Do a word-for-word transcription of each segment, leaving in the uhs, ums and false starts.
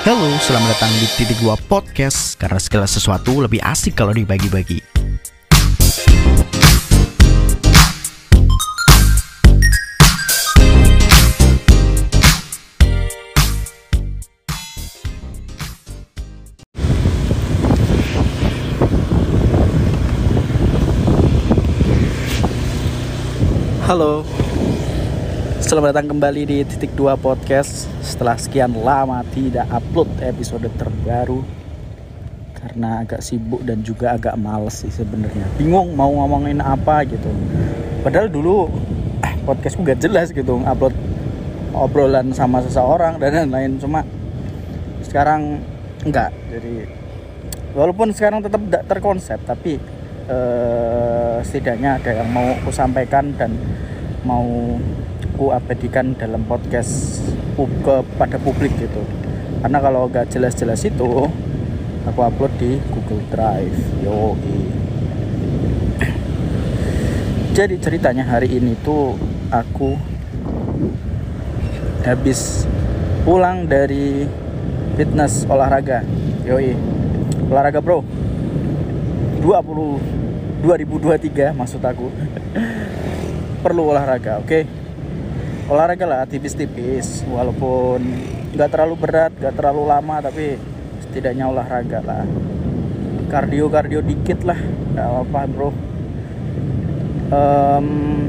Halo, selamat datang di Titik Dua Podcast. Karena segala sesuatu lebih asik kalau dibagi-bagi. Halo, selamat datang kembali di Titik Dua Podcast. Setelah sekian lama tidak upload episode terbaru karena agak sibuk dan juga agak males sih sebenarnya. Bingung mau ngomongin apa gitu. Padahal dulu eh, podcastku gak jelas gitu, upload obrolan sama seseorang dan lain-lain. Cuma sekarang enggak. Jadi walaupun sekarang tetap tidak terkonsep, tapi eh, setidaknya ada yang mau aku sampaikan dan mau aku abadikan dalam podcast kepada publik gitu. Karena kalau gak jelas-jelas itu aku upload di Google Drive. Yoi. Jadi ceritanya hari ini tuh aku habis pulang dari fitness olahraga. Yoi. Olahraga bro. dua puluh dua ribu dua puluh tiga maksud aku. Perlu olahraga, oke? Okay? Olahraga lah tipis-tipis, walaupun nggak terlalu berat, nggak terlalu lama, tapi setidaknya olahraga lah. Kardio-kardio dikit lah, nggak apa-apa bro. Um,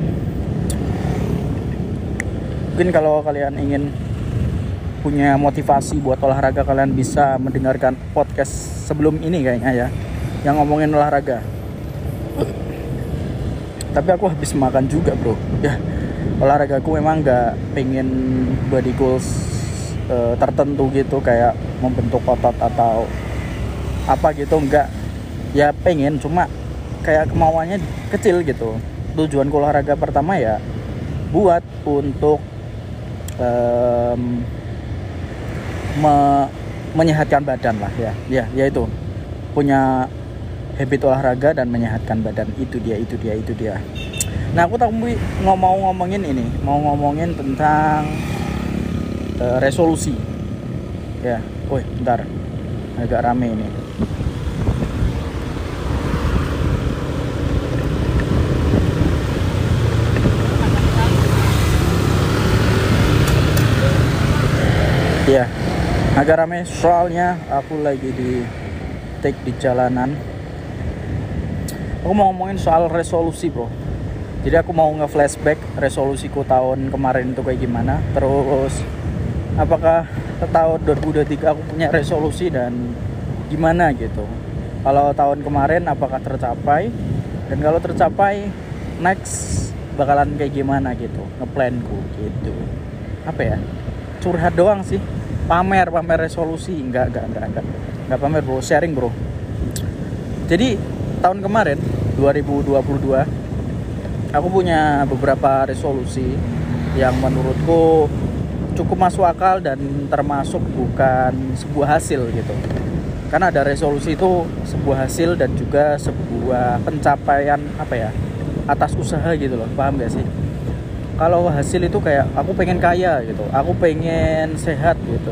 mungkin kalau kalian ingin punya motivasi buat olahraga, kalian bisa mendengarkan podcast sebelum ini kayaknya ya, yang ngomongin olahraga. Tapi aku habis makan juga bro. Ya, olahraga aku memang gak pengen body goals e, tertentu gitu, kayak membentuk otot atau apa gitu, enggak. Ya pengen, cuma kayak kemauannya kecil gitu. Tujuan olahraga pertama ya buat untuk um, me- menyehatkan badan lah ya. Ya, yaitu punya habit olahraga dan menyehatkan badan. Itu dia, itu dia, itu dia. Nah, aku tak mau ngomongin ini, mau ngomongin tentang uh, resolusi. Ya, woi, bentar, agak rame ini. Ya, agak rame soalnya aku lagi di take di jalanan. Aku mau ngomongin soal resolusi bro. Jadi aku mau nge-flashback resolusiku tahun kemarin itu kayak gimana. Terus apakah tahun dua ribu dua puluh tiga aku punya resolusi dan gimana gitu. Kalau tahun kemarin apakah tercapai, dan kalau tercapai next bakalan kayak gimana gitu, ngeplanku gitu. Apa ya, curhat doang sih. Pamer, pamer resolusi. Enggak, enggak, enggak, enggak. Enggak pamer bro, sharing bro. Jadi tahun kemarin dua ribu dua puluh dua aku punya beberapa resolusi yang menurutku cukup masuk akal dan termasuk bukan sebuah hasil gitu. Karena ada resolusi itu sebuah hasil dan juga sebuah pencapaian apa ya, atas usaha gitu loh, paham gak sih? Kalau hasil itu kayak aku pengen kaya gitu, aku pengen sehat gitu.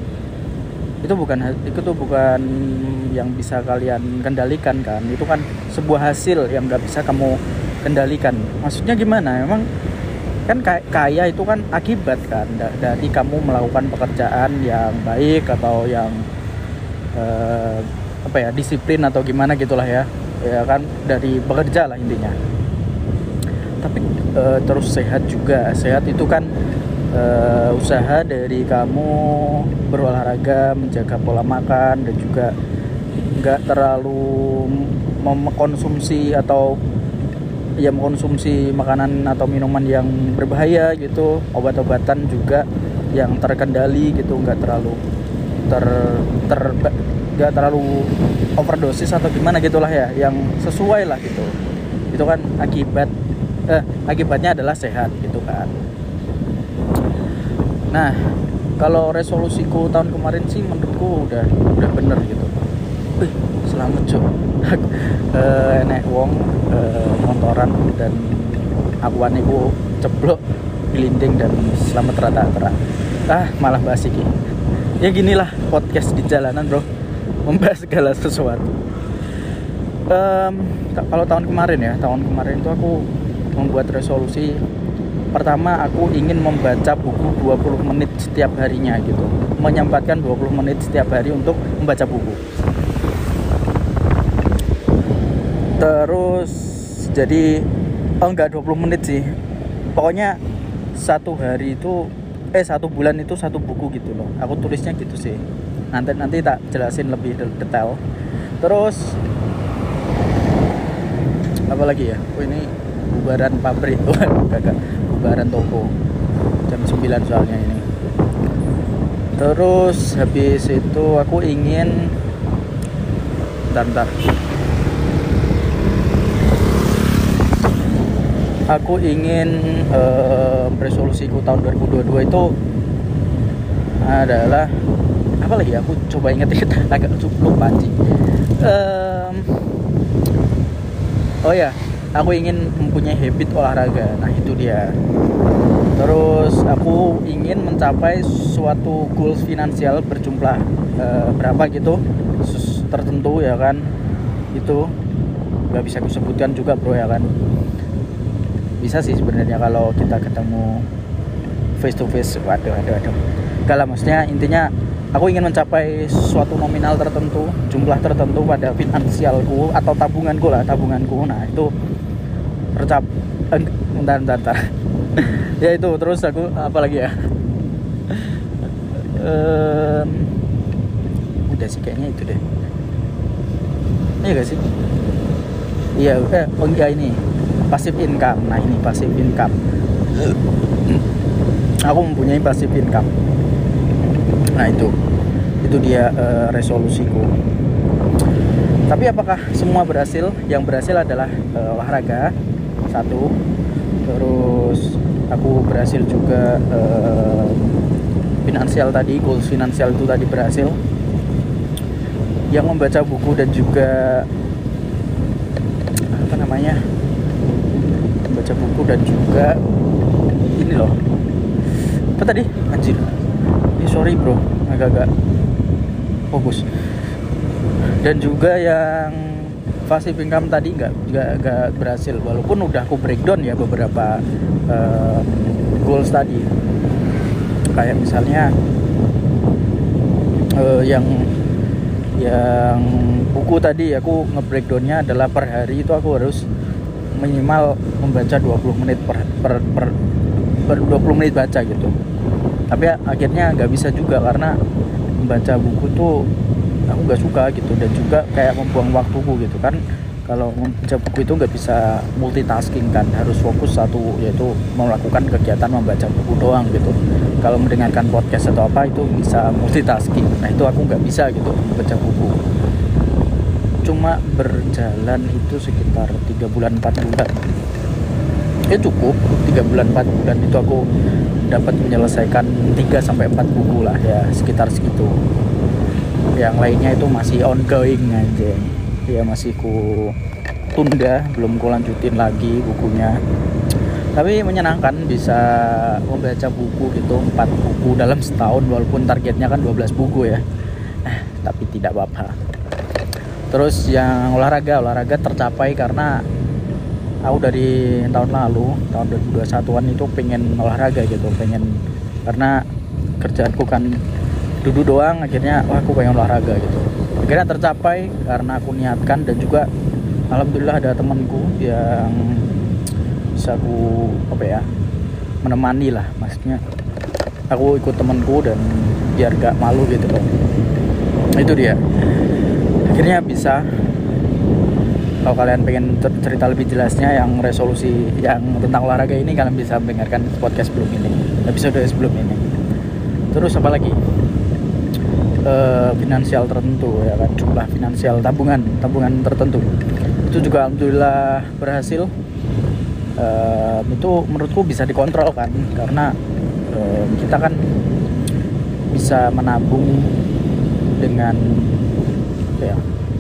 Itu bukan itu tuh bukan yang bisa kalian kendalikan kan. Itu kan sebuah hasil yang nggak bisa kamu kendalikan. Maksudnya gimana? Emang kan kaya itu kan akibat kan dari kamu melakukan pekerjaan yang baik atau yang eh, apa ya, disiplin atau gimana gitulah ya. Ya kan, dari bekerja lah intinya. Tapi eh, terus sehat juga. Sehat itu kan Uh, usaha dari kamu berolahraga, menjaga pola makan, dan juga nggak terlalu mengkonsumsi atau ya mengkonsumsi makanan atau minuman yang berbahaya gitu. Obat-obatan juga yang terkendali gitu, nggak terlalu ter ter nggak terlalu overdosis atau gimana gitulah ya, yang sesuai lah gitu. Itu kan akibat eh, akibatnya adalah sehat gitu kan. Nah, kalau resolusiku tahun kemarin sih menurutku udah udah bener gitu. Wih, selamat cok. uh, Nek wong uh, motoran dan akuan iku ceblok, glinding dan selamat rata-rata. Ah, malah bahas iki. Ya ginilah podcast di jalanan bro, membahas segala sesuatu. um, Kalau tahun kemarin ya, tahun kemarin itu aku membuat resolusi. Pertama, aku ingin membaca buku dua puluh menit setiap harinya gitu. Menyempatkan dua puluh menit setiap hari untuk membaca buku. Terus jadi oh enggak dua puluh menit sih. Pokoknya satu hari itu eh satu bulan itu satu buku gitu loh. Aku tulisnya gitu sih. Nanti nanti tak jelasin lebih detail. Terus apa lagi ya? Oh ini bubaran pabrik tuh kagak. Bubaran toko jam sembilan soalnya ini. Terus habis itu aku ingin bentar, bentar. Aku ingin uh, resolusiku tahun dua ribu dua puluh dua itu adalah apa lagi ya? Aku coba inget-inget agak lupa sih. Um, oh ya, aku ingin mempunyai habit olahraga. Nah itu dia. Terus aku ingin mencapai suatu goals finansial berjumlah uh, berapa gitu tertentu ya kan. Itu gak bisa aku sebutkan juga bro ya kan. Bisa sih sebenarnya kalau kita ketemu face to face. Waduh waduh waduh. Gak lah, maksudnya intinya aku ingin mencapai suatu nominal tertentu, jumlah tertentu pada finansialku atau tabunganku lah, tabunganku. Nah itu tercap eh, bentar bentar, bentar. Ya itu. Terus aku apa lagi ya, um, udah sih kayaknya itu deh. Iya gak sih? Iya eh oh enggak, ini passive income. Nah ini passive income. Aku mempunyai passive income. Nah itu itu dia uh, resolusiku. Tapi apakah semua berhasil? Yang berhasil adalah uh, olahraga satu. Terus aku berhasil juga uh, finansial tadi, goals finansial itu tadi berhasil. Yang membaca buku dan juga apa namanya, membaca buku dan juga ini loh, apa tadi? Anjir, eh, sorry bro, agak-agak fokus. Dan juga yang passive income tadi nggak nggak berhasil, walaupun udah aku breakdown ya beberapa uh, goals tadi. Kayak misalnya uh, yang yang buku tadi aku nge-breakdownnya adalah per hari itu aku harus minimal membaca dua puluh menit per, per, per, per dua puluh menit baca gitu. Tapi akhirnya nggak bisa juga karena membaca buku tuh aku nggak suka gitu, dan juga kayak membuang waktuku gitu kan. Kalau membaca buku itu nggak bisa multitasking kan, harus fokus satu, yaitu melakukan kegiatan membaca buku doang gitu. Kalau mendengarkan podcast atau apa itu bisa multitasking. Nah itu aku nggak bisa gitu membaca buku. Cuma berjalan itu sekitar tiga bulan empat bulan. Ya cukup tiga bulan empat bulan itu aku dapat menyelesaikan tiga sampai empat buku lah ya, sekitar segitu. Yang lainnya itu masih ongoing aja. Ya masih ku tunda, belum ku lanjutin lagi bukunya. Tapi menyenangkan bisa membaca buku gitu, empat buku dalam setahun, walaupun targetnya kan dua belas buku ya. Eh, tapi tidak apa-apa. Terus yang olahraga, olahraga tercapai karena aku dari tahun lalu, tahun dua ribu dua puluh satuan itu pengen olahraga gitu, pengen, karena kerjaanku kan duduk doang, akhirnya wah aku pengen olahraga gitu. Akhirnya tercapai karena aku niatkan, dan juga alhamdulillah ada temanku yang bisa aku apa ya, menemani lah, maksudnya aku ikut temanku dan biar gak malu gitu loh. Itu dia, akhirnya bisa. Kalau kalian pengen cerita lebih jelasnya yang resolusi yang tentang olahraga ini, kalian bisa mendengarkan podcast sebelum ini, episode sebelum ini. Terus apa lagi? Uh, finansial tertentu ya kan, jumlah finansial tabungan tabungan tertentu itu juga alhamdulillah berhasil. Uh, itu menurutku bisa dikontrol kan, karena uh, kita kan bisa menabung dengan ya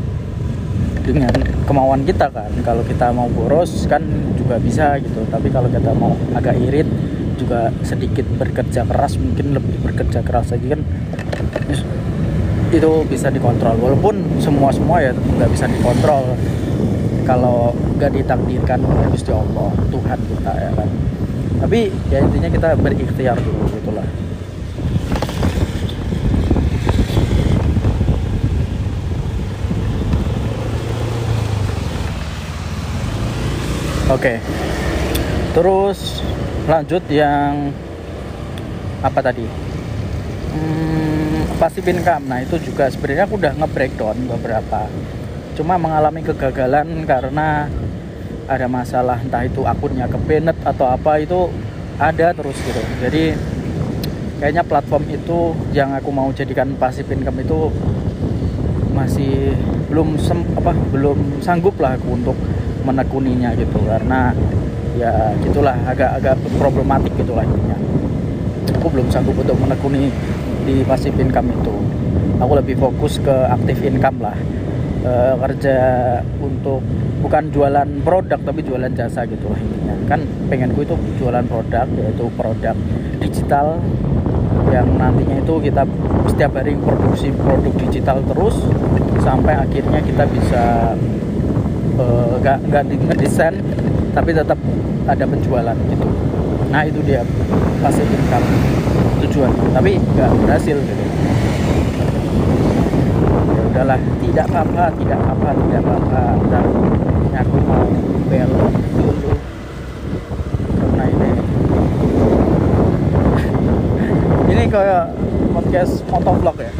dengan kemauan kita kan. Kalau kita mau boros kan juga bisa gitu, tapi kalau kita mau agak irit juga sedikit bekerja keras, mungkin lebih bekerja keras lagi kan itu bisa dikontrol, walaupun semua semua ya nggak bisa dikontrol kalau nggak ditakdirkan oleh Gusti Allah Tuhan kita ya kan. Tapi ya intinya kita berikhtiar dulu gitulah. Oke, terus lanjut yang apa tadi? Hmm, passive income. Nah itu juga sebenarnya aku udah nge-breakdown beberapa. Cuma mengalami kegagalan karena ada masalah, entah itu akunnya kebanet atau apa, itu ada terus gitu. Jadi kayaknya platform itu yang aku mau jadikan passive income itu masih belum sem, apa belum sanggup lah aku untuk menekuninya gitu, karena ya gitulah agak-agak problematik gitulah intinya. Aku belum sanggup untuk menekuni di passive income itu. Aku lebih fokus ke active income lah, e, kerja untuk bukan jualan produk tapi jualan jasa gitu lah intinya. Kan pengenku itu jualan produk, yaitu produk digital yang nantinya itu kita setiap hari produksi produk digital terus sampai akhirnya kita bisa nggak uh, nggak ngedesain tapi tetap ada penjualan gitu. Nah itu dia passive income tujuan, tapi nggak berhasil gitu. Ya udahlah, tidak apa-apa, tidak apa, tidak apa-apa. Dan aku mau belok dulu karena ini ini kayak podcast motovlog ya.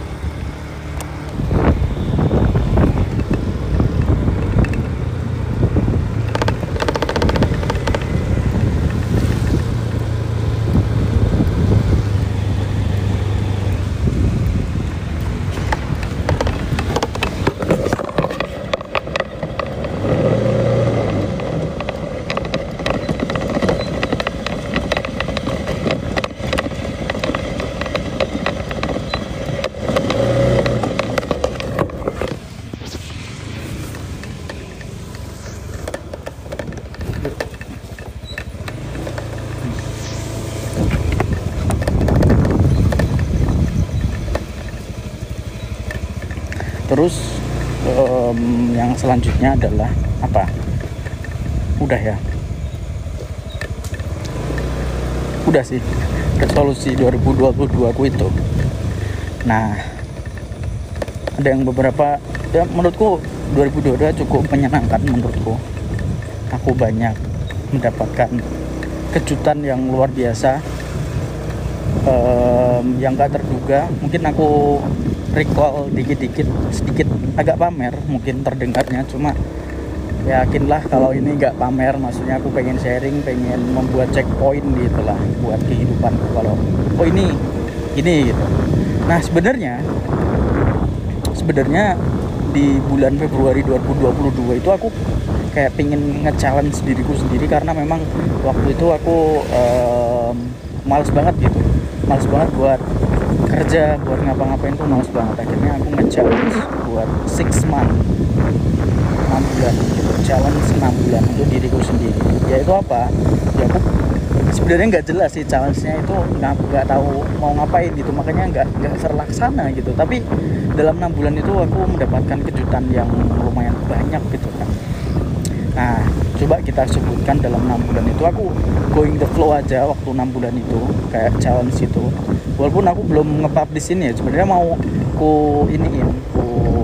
Terus um, yang selanjutnya adalah apa? Udah ya. Udah sih resolusi dua ribu dua puluh dua aku itu. Nah, ada yang beberapa ya menurutku dua ribu dua puluh dua cukup menyenangkan menurutku. Aku banyak mendapatkan kejutan yang luar biasa, um, yang gak terduga. Mungkin aku recall dikit-dikit, sedikit agak pamer mungkin terdengarnya, cuma yakinlah kalau ini nggak pamer, maksudnya aku pengen sharing, pengen membuat checkpoint gitu lah buat kehidupanku. Kalau oh ini ini gitu. Nah sebenarnya sebenarnya di bulan Februari dua ribu dua puluh dua itu aku kayak pengen nge-challenge diriku sendiri, karena memang waktu itu aku um, males banget gitu, males banget buat kerja, buat ngapa-ngapain tuh males banget. Akhirnya aku nge-challenge buat six month, enam bulan gitu, challenge enam bulan untuk diriku sendiri. Ya itu apa? Ya aku sebenarnya nggak jelas sih challenge-nya itu, nggak nggak tahu mau ngapain gitu, makanya nggak nggak terlaksana gitu. Tapi dalam enam bulan itu aku mendapatkan kejutan yang lumayan banyak gitu kan. Nah coba kita sebutkan dalam enam bulan itu aku going the flow aja waktu enam bulan itu kayak challenge itu. Walaupun aku belum nge-publish ini ya, sebenarnya mau ku iniin, ku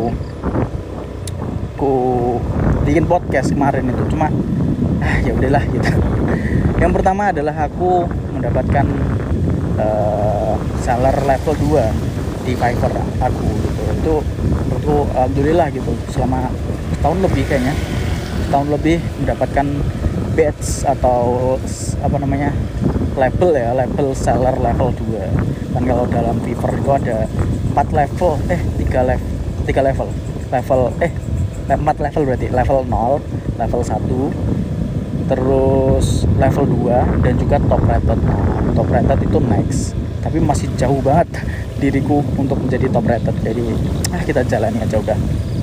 ku bikin podcast kemarin itu, cuma ah ya udahlah gitu. Yang pertama adalah aku mendapatkan uh, seller level dua di Fiverr aku gitu. Itu menurutku alhamdulillah gitu, selama setahun lebih kayaknya setahun lebih mendapatkan badge atau apa namanya label ya, label seller level dua. Kan kalau dalam Fiverr itu ada empat level, eh tiga level, tiga level. Level eh empat level berarti. Level nol, level satu, terus level dua dan juga top rated. Nah, top rated itu next. Tapi masih jauh banget diriku untuk menjadi top rated. Jadi, ah kita jalani aja udah.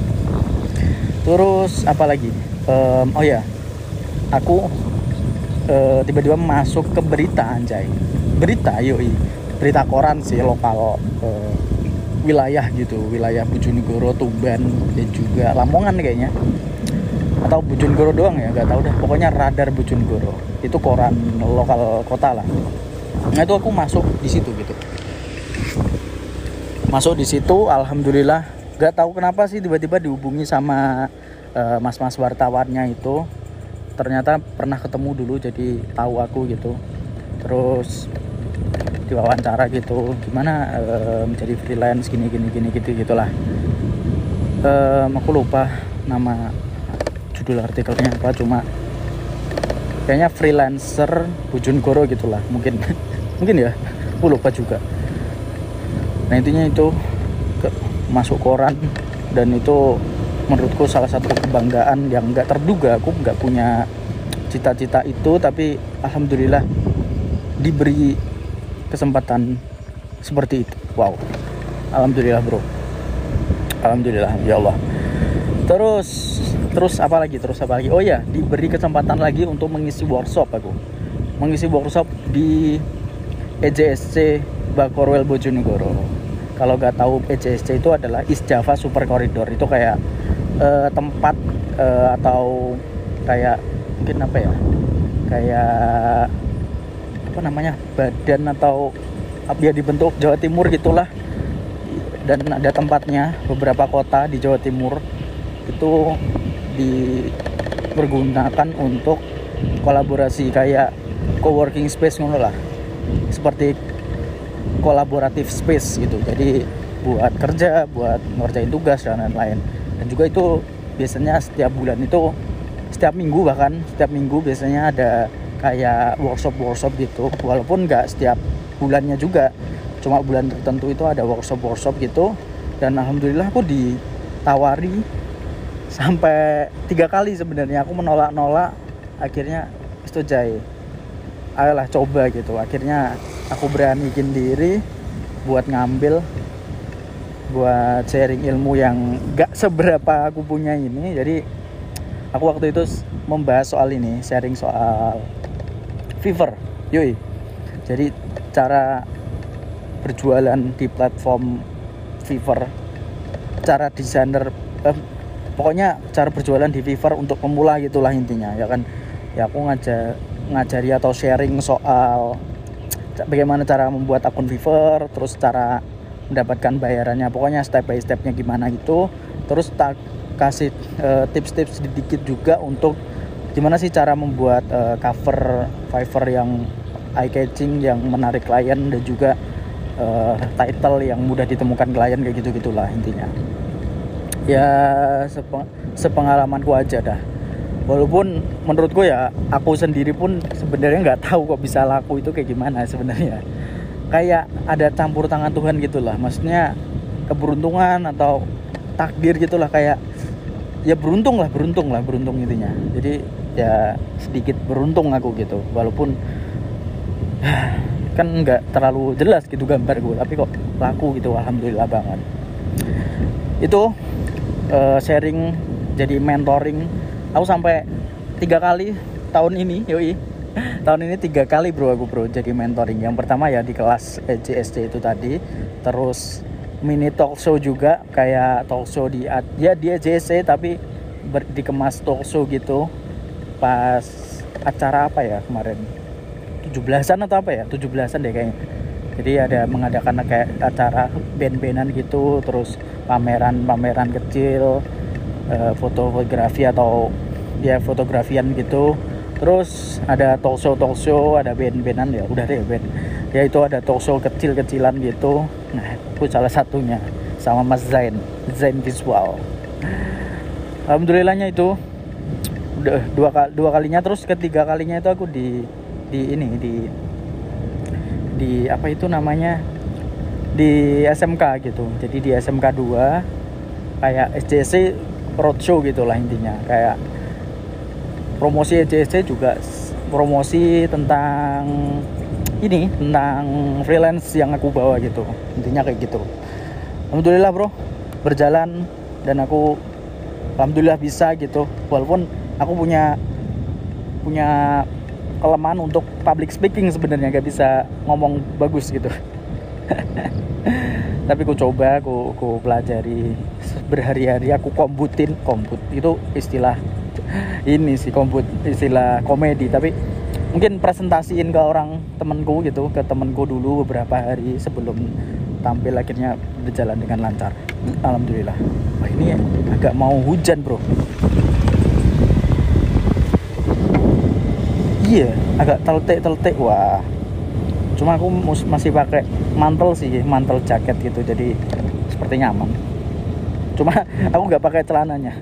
Terus apa lagi? Um, oh ya. Aku uh, tiba-tiba masuk ke berita anjay. Berita yoi. Berita koran sih lokal uh, wilayah gitu, wilayah Bojonegoro, Tuban dan juga Lamongan kayaknya, atau Bojonegoro doang ya, nggak tahu dah. Pokoknya Radar Bojonegoro itu koran lokal kota lah. Nah itu aku masuk di situ gitu, masuk di situ. Alhamdulillah, nggak tahu kenapa sih tiba-tiba dihubungi sama uh, mas-mas wartawannya itu. Ternyata pernah ketemu dulu, jadi tahu aku gitu. Terus diwawancara gitu, gimana uh, menjadi freelance gini gini gini gitu gitulah. Uh, aku lupa nama judul artikelnya apa, cuma kayaknya freelancer Bojonegoro gitulah, mungkin mungkin ya, aku lupa juga. Nah intinya itu ke, masuk koran, dan itu menurutku salah satu kebanggaan yang nggak terduga. Aku nggak punya cita-cita itu, tapi alhamdulillah diberi kesempatan seperti itu. Wow, alhamdulillah bro, alhamdulillah ya Allah. Terus terus apa lagi terus apa lagi oh ya, diberi kesempatan lagi untuk mengisi workshop. Aku mengisi workshop di E J S C Bakorwil Bojonegoro. Kalau nggak tahu, E J S C itu adalah East Java Super Corridor. Itu kayak uh, tempat uh, atau kayak mungkin apa ya, kayak apa namanya, badan atau ya dibentuk Jawa Timur gitulah. Dan ada tempatnya beberapa kota di Jawa Timur itu dipergunakan untuk kolaborasi, kayak co-working space ngono lah, seperti kolaboratif space gitu. Jadi buat kerja, buat ngerjain tugas dan lain-lain. Dan juga itu biasanya setiap bulan itu, setiap minggu bahkan setiap minggu biasanya ada kayak workshop-workshop gitu. Walaupun nggak setiap bulannya juga, cuma bulan tertentu itu ada workshop-workshop gitu. Dan alhamdulillah aku ditawari sampai tiga kali sebenarnya. Aku menolak-nolak, akhirnya setujai, ayolah coba gitu. Akhirnya aku beraniin diri buat ngambil, buat sharing ilmu yang gak seberapa aku punya ini. Jadi aku waktu itu membahas soal ini, sharing soal Fiverr, yoi. Jadi cara berjualan di platform Fiverr, cara desainer, eh, pokoknya cara berjualan di Fiverr untuk pemula gitulah intinya ya kan. Ya aku ngajar ngajari atau sharing soal bagaimana cara membuat akun Fiverr, terus cara mendapatkan bayarannya, pokoknya step by stepnya gimana gitu. Terus tak kasih uh, tips-tips sedikit juga untuk gimana sih cara membuat uh, cover Fiverr yang eye catching, yang menarik klien, dan juga uh, title yang mudah ditemukan klien, kayak gitu gitulah intinya. Ya sepeng- sepengalamanku aja dah. Walaupun menurutku ya, aku sendiri pun sebenarnya nggak tahu kok bisa laku itu kayak gimana sebenarnya. Kayak ada campur tangan Tuhan gitulah, maksudnya keberuntungan atau takdir gitulah, kayak ya beruntung lah, beruntung lah, beruntung intinya. Jadi ya sedikit beruntung aku gitu, walaupun kan nggak terlalu jelas gitu gambar gue, tapi kok laku gitu, alhamdulillah banget. Itu uh, sharing, jadi mentoring. Aku sampai tiga kali tahun ini, yoi. Tahun ini tiga kali bro aku bro jadi mentoring. Yang pertama ya di kelas E J S C itu tadi, terus mini talk show juga, kayak talk show di ya di E J S C tapi ber, dikemas talk show gitu. Pas acara apa ya kemarin, tujuh belasan atau apa ya, tujuh belasan deh kayaknya. Jadi ada mengadakan kayak acara band-bandan gitu, terus pameran-pameran kecil, uh, fotografi atau ya fotografian gitu. Terus ada talk show talk show, ada band-bandan ya, udah deh band. Ya itu ada talk show kecil-kecilan gitu. Nah, aku salah satunya sama Mas Zain, Zain Visual. Alhamdulillahnya itu udah dua dua kalinya. Terus ketiga kalinya itu aku di di ini di di apa itu namanya, di S M K gitu. Jadi di S M K dua kayak S J C roadshow gitulah intinya, kayak promosi E J S C juga, promosi tentang ini, tentang freelance yang aku bawa gitu, intinya kayak gitu. Alhamdulillah bro, berjalan, dan aku alhamdulillah bisa gitu. Walaupun aku punya punya kelemahan untuk public speaking sebenarnya, gak bisa ngomong bagus gitu. Tapi aku coba, aku, aku pelajari berhari-hari, aku komputin. Komput itu istilah ini sih, komput istilah komedi, tapi mungkin presentasiin ke orang temenku gitu, ke temenku dulu beberapa hari sebelum tampil, akhirnya berjalan dengan lancar, alhamdulillah. Wah, ini agak mau hujan bro. Iya, agak teltek-teltek. Wah, cuma aku mus- masih pakai mantel sih, mantel jaket gitu, jadi seperti nyaman. Cuma aku nggak pakai celananya.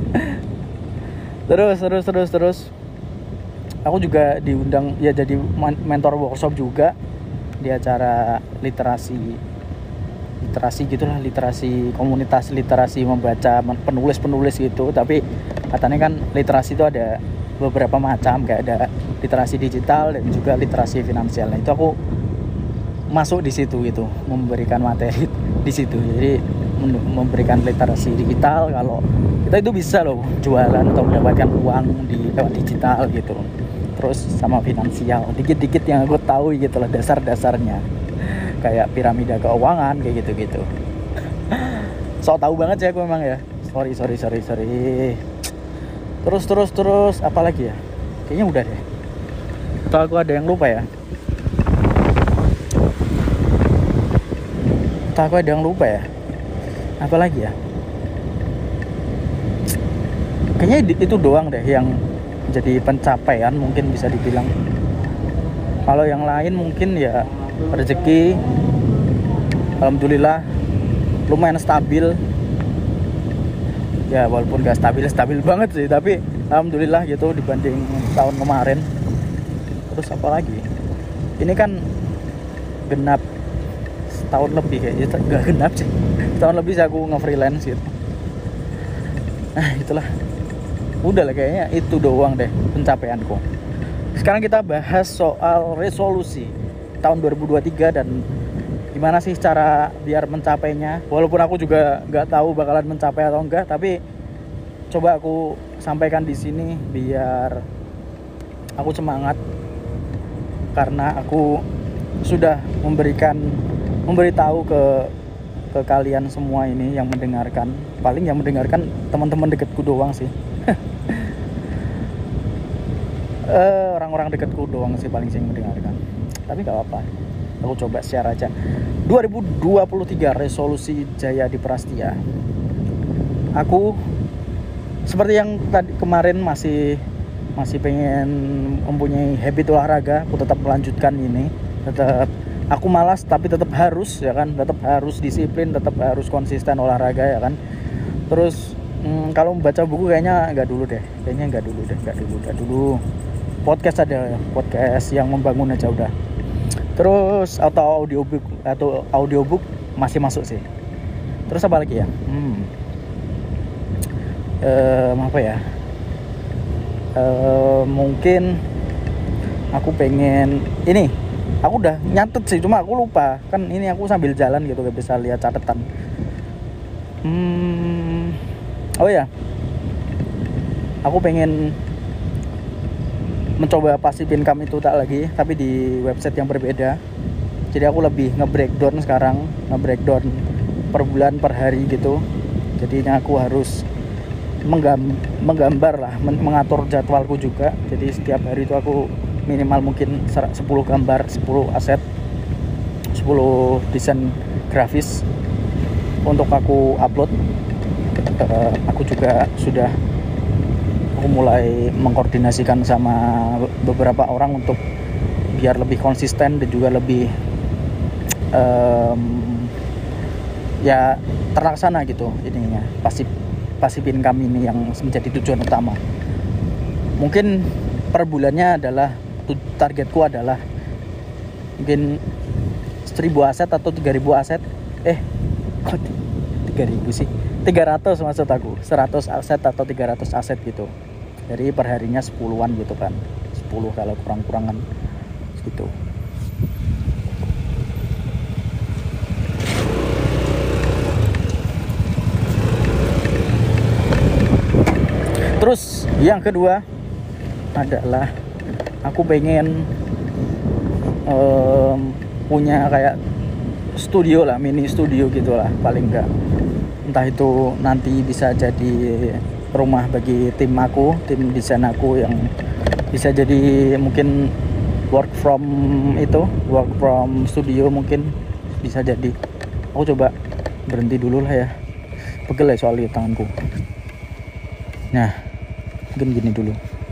terus terus terus terus aku juga diundang ya jadi mentor workshop juga di acara literasi literasi gitulah, literasi komunitas, literasi membaca, penulis-penulis gitu. Tapi katanya kan literasi itu ada beberapa macam, kayak ada literasi digital dan juga literasi finansial. Nah, itu aku masuk di situ gitu, memberikan materi di situ. Jadi memberikan literasi digital, kalau kita itu bisa loh jualan atau mendapatkan uang di lewat digital gitu. Terus sama finansial, dikit-dikit yang aku tahu gitu lah, dasar-dasarnya kayak piramida keuangan kayak gitu-gitu. So tahu banget sih aku memang ya. Sorry sorry sorry sorry. Terus terus terus apa lagi ya? Kayaknya udah deh. Atau aku ada yang lupa ya? Atau aku ada yang lupa ya? Apa lagi ya? Kayaknya itu doang deh yang jadi pencapaian, mungkin bisa dibilang. Kalau yang lain mungkin ya rezeki, alhamdulillah lumayan stabil ya, walaupun gak stabil stabil banget sih, tapi alhamdulillah gitu dibanding tahun kemarin. Terus apa lagi, ini kan genap setahun lebih, kayaknya gak genap sih, setahun lebih sih aku nge-freelance gitu. Nah itulah, udah lah kayaknya itu doang deh pencapaianku. Sekarang kita bahas soal resolusi tahun dua ribu dua puluh tiga dan gimana sih cara biar mencapainya. Walaupun aku juga nggak tahu bakalan mencapai atau enggak, tapi coba aku sampaikan di sini biar aku semangat, karena aku sudah memberikan memberitahu ke ke kalian semua ini yang mendengarkan. Paling yang mendengarkan teman-teman deketku doang sih. uh, orang-orang deketku doang sih paling sering mendengarkan. Tapi gak apa-apa, aku coba share aja. Dua ribu dua puluh tiga resolusi Jaya di Prastia. Aku seperti yang tadi kemarin masih masih pengen mempunyai habit olahraga. Aku tetap melanjutkan ini. Tetap aku malas tapi tetap harus ya kan, tetap harus disiplin, tetap harus konsisten olahraga ya kan. Terus hmm, kalau membaca buku kayaknya nggak dulu deh, kayaknya nggak dulu deh, nggak dulu, nggak dulu. Podcast ada, podcast yang membangun aja udah. Terus atau audiobook atau audiobook masih masuk sih. Terus apa lagi ya? Hmm. Ehm, apa ya? Ehm, mungkin aku pengen ini. Aku udah nyatet sih, cuma aku lupa. Kan ini aku sambil jalan gitu, gak bisa lihat catatan. Hmm. Oh ya. Aku pengen mencoba passive income itu tak lagi, tapi di website yang berbeda. Jadi aku lebih nge-breakdown sekarang, nge-breakdown per bulan, per hari gitu. Jadinya aku harus menggam- menggambar lah, men- mengatur jadwalku juga. Jadi setiap hari itu aku minimal mungkin sepuluh gambar, sepuluh aset, sepuluh desain grafis untuk aku upload. Uh, aku juga sudah aku mulai mengkoordinasikan sama beberapa orang untuk biar lebih konsisten dan juga lebih um, ya terlaksana gitu ininya, pasif pasif income ini yang menjadi tujuan utama. Mungkin per bulannya adalah targetku adalah mungkin seribu aset atau tiga ribu aset. Eh kok tiga ribu sih? tiga ratus maksud aku. seratus aset atau tiga ratus aset gitu. Jadi perharinya sepuluhan gitu kan, sepuluh kalau kurang-kurangan gitu. Terus yang kedua adalah aku pengen um, punya kayak studio lah, mini studio gitulah paling enggak. Entah itu nanti bisa jadi rumah bagi tim aku, tim desain aku, yang bisa jadi mungkin work from itu, work from studio mungkin bisa jadi. Aku coba berhenti dulu lah ya, pegel ya soalnya tanganku. Nah, mungkin gini dulu,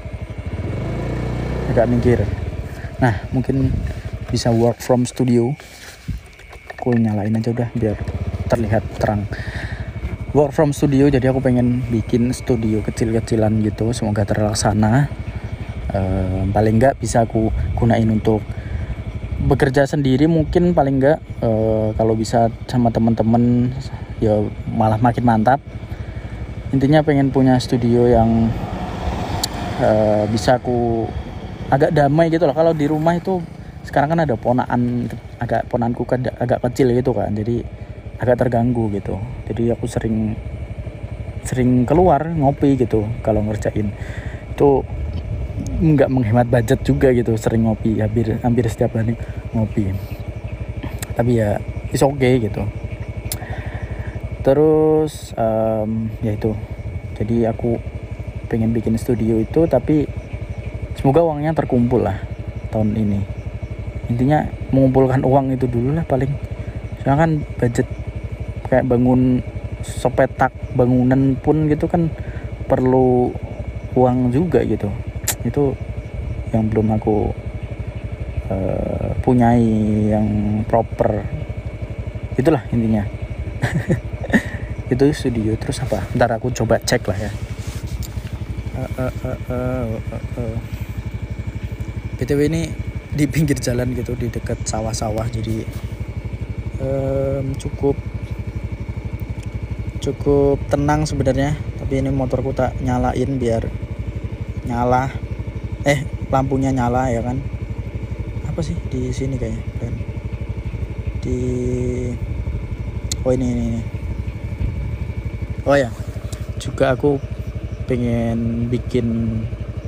agak minggir. Nah, mungkin bisa work from studio. Aku nyalain aja udah biar terlihat terang. Work from studio, jadi aku pengen bikin studio kecil-kecilan gitu, semoga terlaksana. Uh, paling enggak bisa aku gunain untuk bekerja sendiri mungkin, paling enggak uh, kalau bisa sama teman-teman ya malah makin mantap. Intinya pengen punya studio yang uh, bisa aku agak damai gitu loh. Kalau di rumah itu sekarang kan ada ponaan, agak ponanku kan agak kecil gitu kan, jadi agak terganggu gitu. Jadi aku sering sering keluar ngopi gitu kalau ngerjain. Itu nggak menghemat budget juga gitu, sering ngopi hampir hampir setiap hari ngopi. Tapi ya it's okay gitu. Terus um, ya itu. Jadi aku pengen bikin studio itu, tapi semoga uangnya terkumpul lah tahun ini. Intinya mengumpulkan uang itu dulu lah paling. Soalnya kan budget kayak bangun sepetak bangunan pun gitu kan perlu uang juga gitu. Itu yang belum aku uh, punyai yang proper. Itulah intinya. Itu studio. Terus apa? Ntar aku coba cek lah ya. uh, uh, uh, uh, uh, uh. B T W ini di pinggir jalan gitu, di dekat sawah-sawah, jadi um, cukup cukup tenang sebenarnya. Tapi ini motorku tak nyalain biar nyala, eh lampunya nyala ya kan. Apa sih di sini kayaknya dan di oh ini ini, ini. Oh ya, juga aku pengen bikin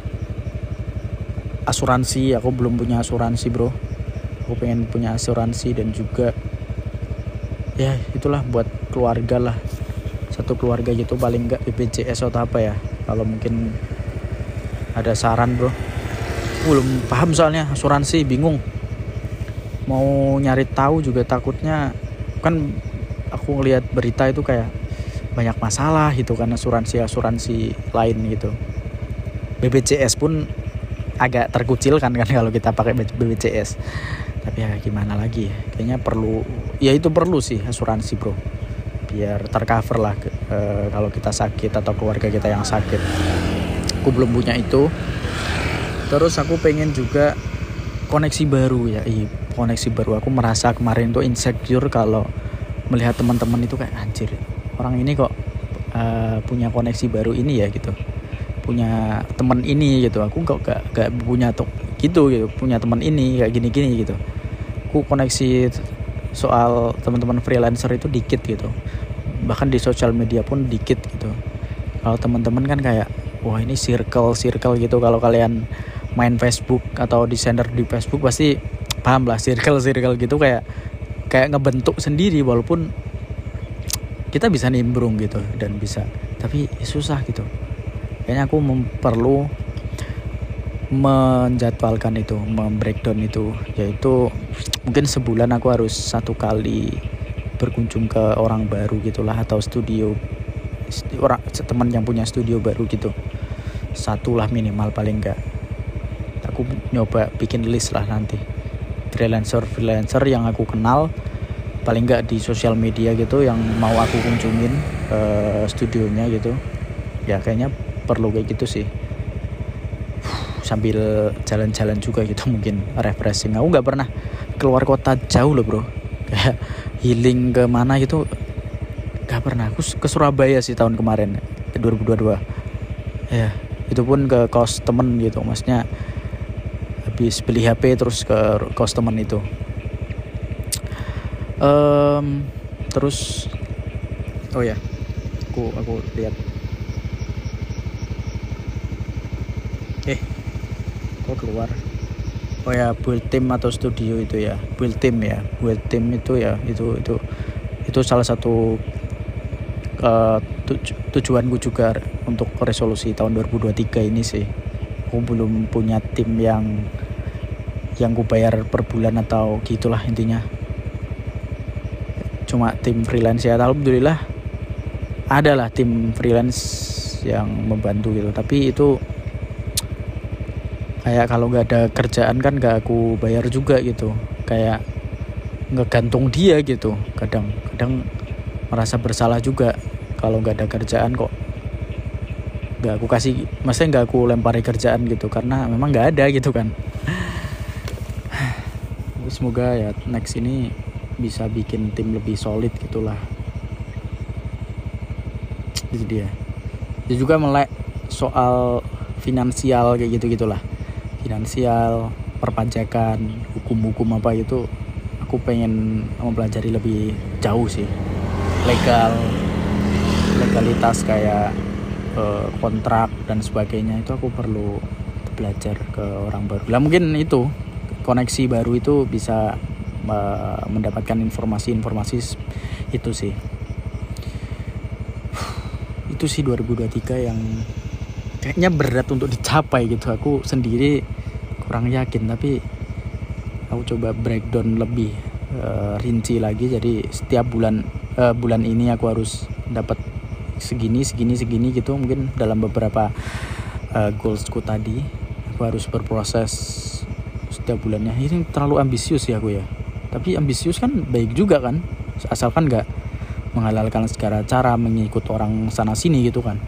asuransi. Aku belum punya asuransi bro, aku pengen punya asuransi dan juga ya itulah buat keluarga lah, satu keluarga gitu paling enggak B P J S atau apa ya. Kalau mungkin ada saran bro, belum paham soalnya asuransi, bingung mau nyari tahu juga, takutnya kan aku ngelihat berita itu kayak banyak masalah gitu kan asuransi-asuransi lain gitu. B P J S pun agak terkucilkan kan kalau kita pakai B P J S. Tapi ya gimana lagi ya, kayaknya perlu, ya itu perlu sih asuransi bro, biar tercover lah e, kalau kita sakit atau keluarga kita yang sakit. Aku belum punya itu. Terus aku pengen juga koneksi baru ya, iya koneksi baru. Aku merasa kemarin tuh insecure kalau melihat teman-teman itu kayak anjir, orang ini kok uh, punya koneksi baru ini ya gitu, punya teman ini gitu. Aku kok gak, gak punya tuh gitu gitu, punya teman ini kayak gini-gini gitu. Aku koneksi soal teman-teman freelancer itu dikit gitu, bahkan di sosial media pun dikit gitu. Kalau teman-teman kan kayak wah ini circle circle gitu. Kalau kalian main Facebook atau desainer di Facebook pasti paham lah, circle circle gitu, kayak kayak ngebentuk sendiri, walaupun kita bisa nimbrung gitu dan bisa, tapi susah gitu. Kayaknya aku mem- perlu menjadwalkan itu, membreakdown itu, yaitu mungkin sebulan aku harus satu kali berkunjung ke orang baru gitulah, atau studio orang teman yang punya studio baru gitu, satu lah minimal paling enggak. Aku nyoba bikin list lah nanti freelancer freelancer yang aku kenal paling enggak di sosial media gitu, yang mau aku kunjungin uh, studionya gitu ya. Kayaknya perlu kayak gitu sih, sambil jalan-jalan juga gitu, mungkin refreshing. Aku nggak pernah keluar kota jauh loh bro, kayak healing ke mana gitu nggak pernah. Aku ke Surabaya sih tahun kemarin dua ribu dua puluh dua ya, itu pun ke kos temen gitu, maksudnya habis beli H P terus ke kos temen itu. Um, terus oh ya, aku aku lihat eh kok keluar. Oh ya, build team atau studio itu ya, build team ya, build team itu ya, itu itu itu salah satu uh, tuj- tujuanku juga untuk resolusi tahun dua ribu dua puluh tiga ini sih. Aku belum punya tim yang yang ku bayar per bulan atau gitulah intinya. Cuma tim freelance ya, alhamdulillah adalah tim freelance yang membantu gitu. Tapi itu kayak kalau nggak ada kerjaan kan nggak aku bayar juga gitu, kayak ngegantung dia gitu. Kadang kadang merasa bersalah juga kalau nggak ada kerjaan kok nggak aku kasih, maksudnya nggak aku lempari kerjaan gitu, karena memang nggak ada gitu kan. Semoga ya next ini bisa bikin tim lebih solid gitulah. Itu dia. Dia juga melek soal finansial kayak gitu gitulah. Finansial, perpajakan, hukum-hukum apa itu aku pengen mempelajari lebih jauh sih. Legal, legalitas kayak eh, kontrak dan sebagainya itu aku perlu belajar ke orang baru. Lah mungkin itu koneksi baru itu bisa uh, mendapatkan informasi-informasi itu sih. Itu sih dua ribu dua puluh tiga yang kayaknya berat untuk dicapai gitu. Aku sendiri kurang yakin, tapi aku coba breakdown lebih uh, rinci lagi. Jadi setiap bulan uh, bulan ini aku harus dapat segini segini segini gitu. Mungkin dalam beberapa uh, goalsku tadi aku harus berproses setiap bulannya. Ini terlalu ambisius ya aku ya, tapi ambisius kan baik juga kan, asalkan nggak menghalalkan segala cara mengikut orang sana sini gitu kan.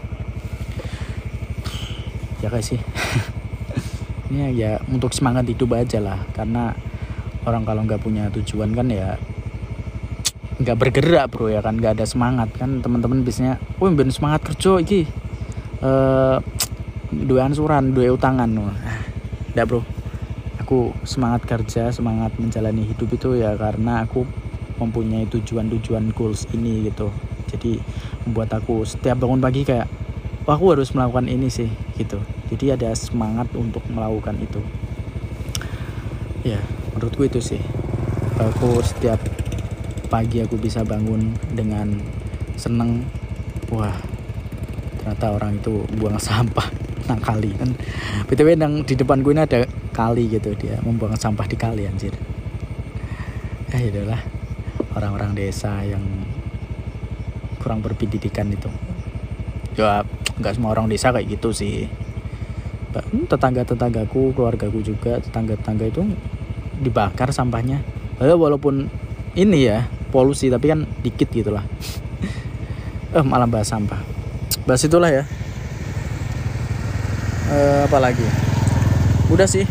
Ya kayak sih. Ini ya untuk semangat hidup aja lah, karena orang kalau nggak punya tujuan kan ya nggak bergerak bro ya kan, nggak ada semangat kan. Teman-teman biasanya, wih ben semangat kerja iki, uh, dua ansuran, dua utangan, ah, nggak bro. Aku semangat kerja, semangat menjalani hidup itu ya karena aku mempunyai tujuan-tujuan goals ini gitu. Jadi membuat aku setiap bangun pagi kayak, wah aku harus melakukan ini sih gitu. Jadi ada semangat untuk melakukan itu. Ya menurutku itu sih. Aku setiap pagi aku bisa bangun dengan seneng. Wah ternyata orang itu buang sampah nang kali kan. B T W nang di depan gue ini ada kali gitu, dia membuang sampah di kali anjir. Eh itulah orang-orang desa yang kurang berpendidikan itu. Ya nggak semua orang desa kayak gitu sih. Tetangga-tetanggaku, keluargaku juga, tetangga-tetangga itu dibakar sampahnya. Eh, walaupun ini ya polusi tapi kan dikit gitulah. Eh malah bahas sampah. Bahas itulah ya. Eh, apa lagi? Udah sih.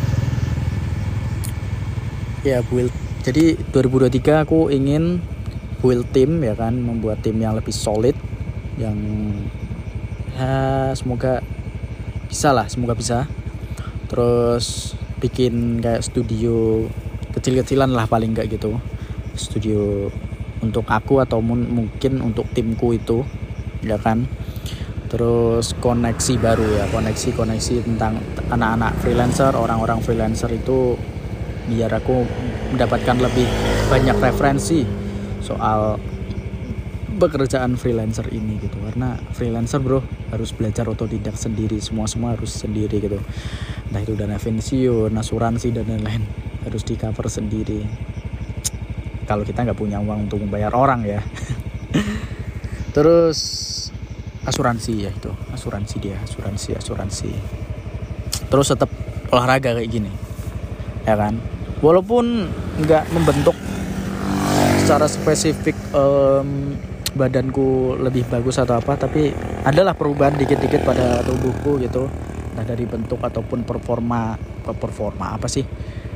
Ya build. Jadi dua ribu dua puluh tiga aku ingin build tim ya kan, membuat tim yang lebih solid, yang ya semoga bisa lah, semoga bisa. Terus bikin kayak studio kecil-kecilan lah paling enggak gitu. Studio untuk aku atau mungkin untuk timku itu ya kan. Terus koneksi baru ya, koneksi-koneksi tentang anak-anak freelancer, orang-orang freelancer itu biar aku mendapatkan lebih banyak referensi soal pekerjaan freelancer ini gitu. Karena freelancer bro harus belajar otodidak sendiri, semua-semua harus sendiri gitu. Entah itu dana pensiun, asuransi dan lain-lain harus di cover sendiri. Kalau kita nggak punya uang untuk membayar orang ya. Terus asuransi ya itu, asuransi dia, asuransi, asuransi. Terus tetap olahraga kayak gini, ya kan. Walaupun nggak membentuk secara spesifik um, badanku lebih bagus atau apa, tapi adalah perubahan dikit-dikit pada tubuhku gitu. Entah dari bentuk ataupun performa, performa apa sih?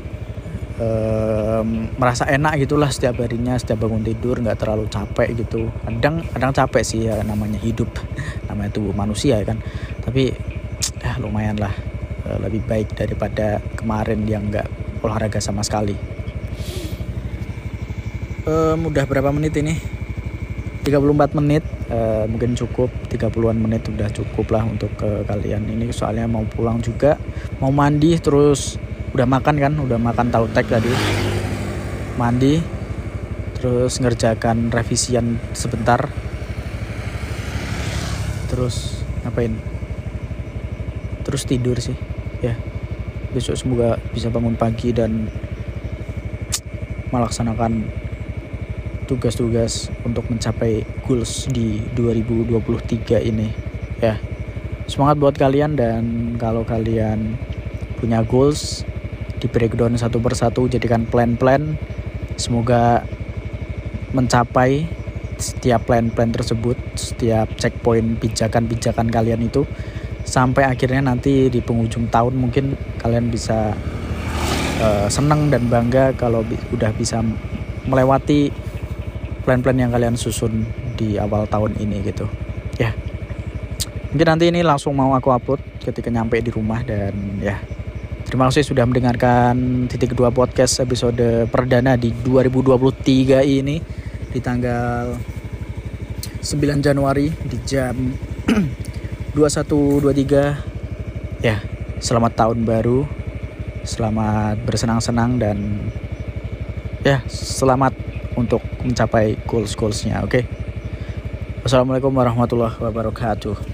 Um, merasa enak gitulah setiap harinya, setiap bangun tidur nggak terlalu capek gitu. Kadang kadang capek sih ya, namanya hidup, namanya tubuh manusia ya kan. Tapi eh, lumayan lah, lebih baik daripada kemarin yang nggak olahraga sama sekali. Um, udah berapa menit ini? tiga puluh empat menit, uh, mungkin cukup. Tiga puluhan menit udah cukup lah untuk ke kalian ini. Soalnya mau pulang juga, mau mandi terus udah makan kan, udah makan tahu tek tadi, mandi, terus ngerjakan revisian sebentar, terus ngapain, terus tidur sih ya. Besok semoga bisa bangun pagi dan melaksanakan tugas-tugas untuk mencapai goals di dua ribu dua puluh tiga ini ya. Semangat buat kalian, dan kalau kalian punya goals di breakdown satu persatu, jadikan plan-plan, semoga mencapai setiap plan-plan tersebut, setiap checkpoint pijakan-pijakan kalian itu, sampai akhirnya nanti di penghujung tahun mungkin kalian bisa uh, senang dan bangga kalau bi- udah bisa melewati plan-plan yang kalian susun di awal tahun ini gitu ya. Mungkin nanti ini langsung mau aku upload ketika nyampe di rumah. Dan ya, terima kasih sudah mendengarkan titik kedua podcast episode perdana di dua ribu dua puluh tiga ini, di tanggal sembilan Januari di jam dua puluh satu dua puluh tiga ya. Selamat tahun baru, selamat bersenang-senang, dan ya selamat untuk mencapai goals-goalsnya. Oke, okay? Wassalamualaikum warahmatullahi wabarakatuh.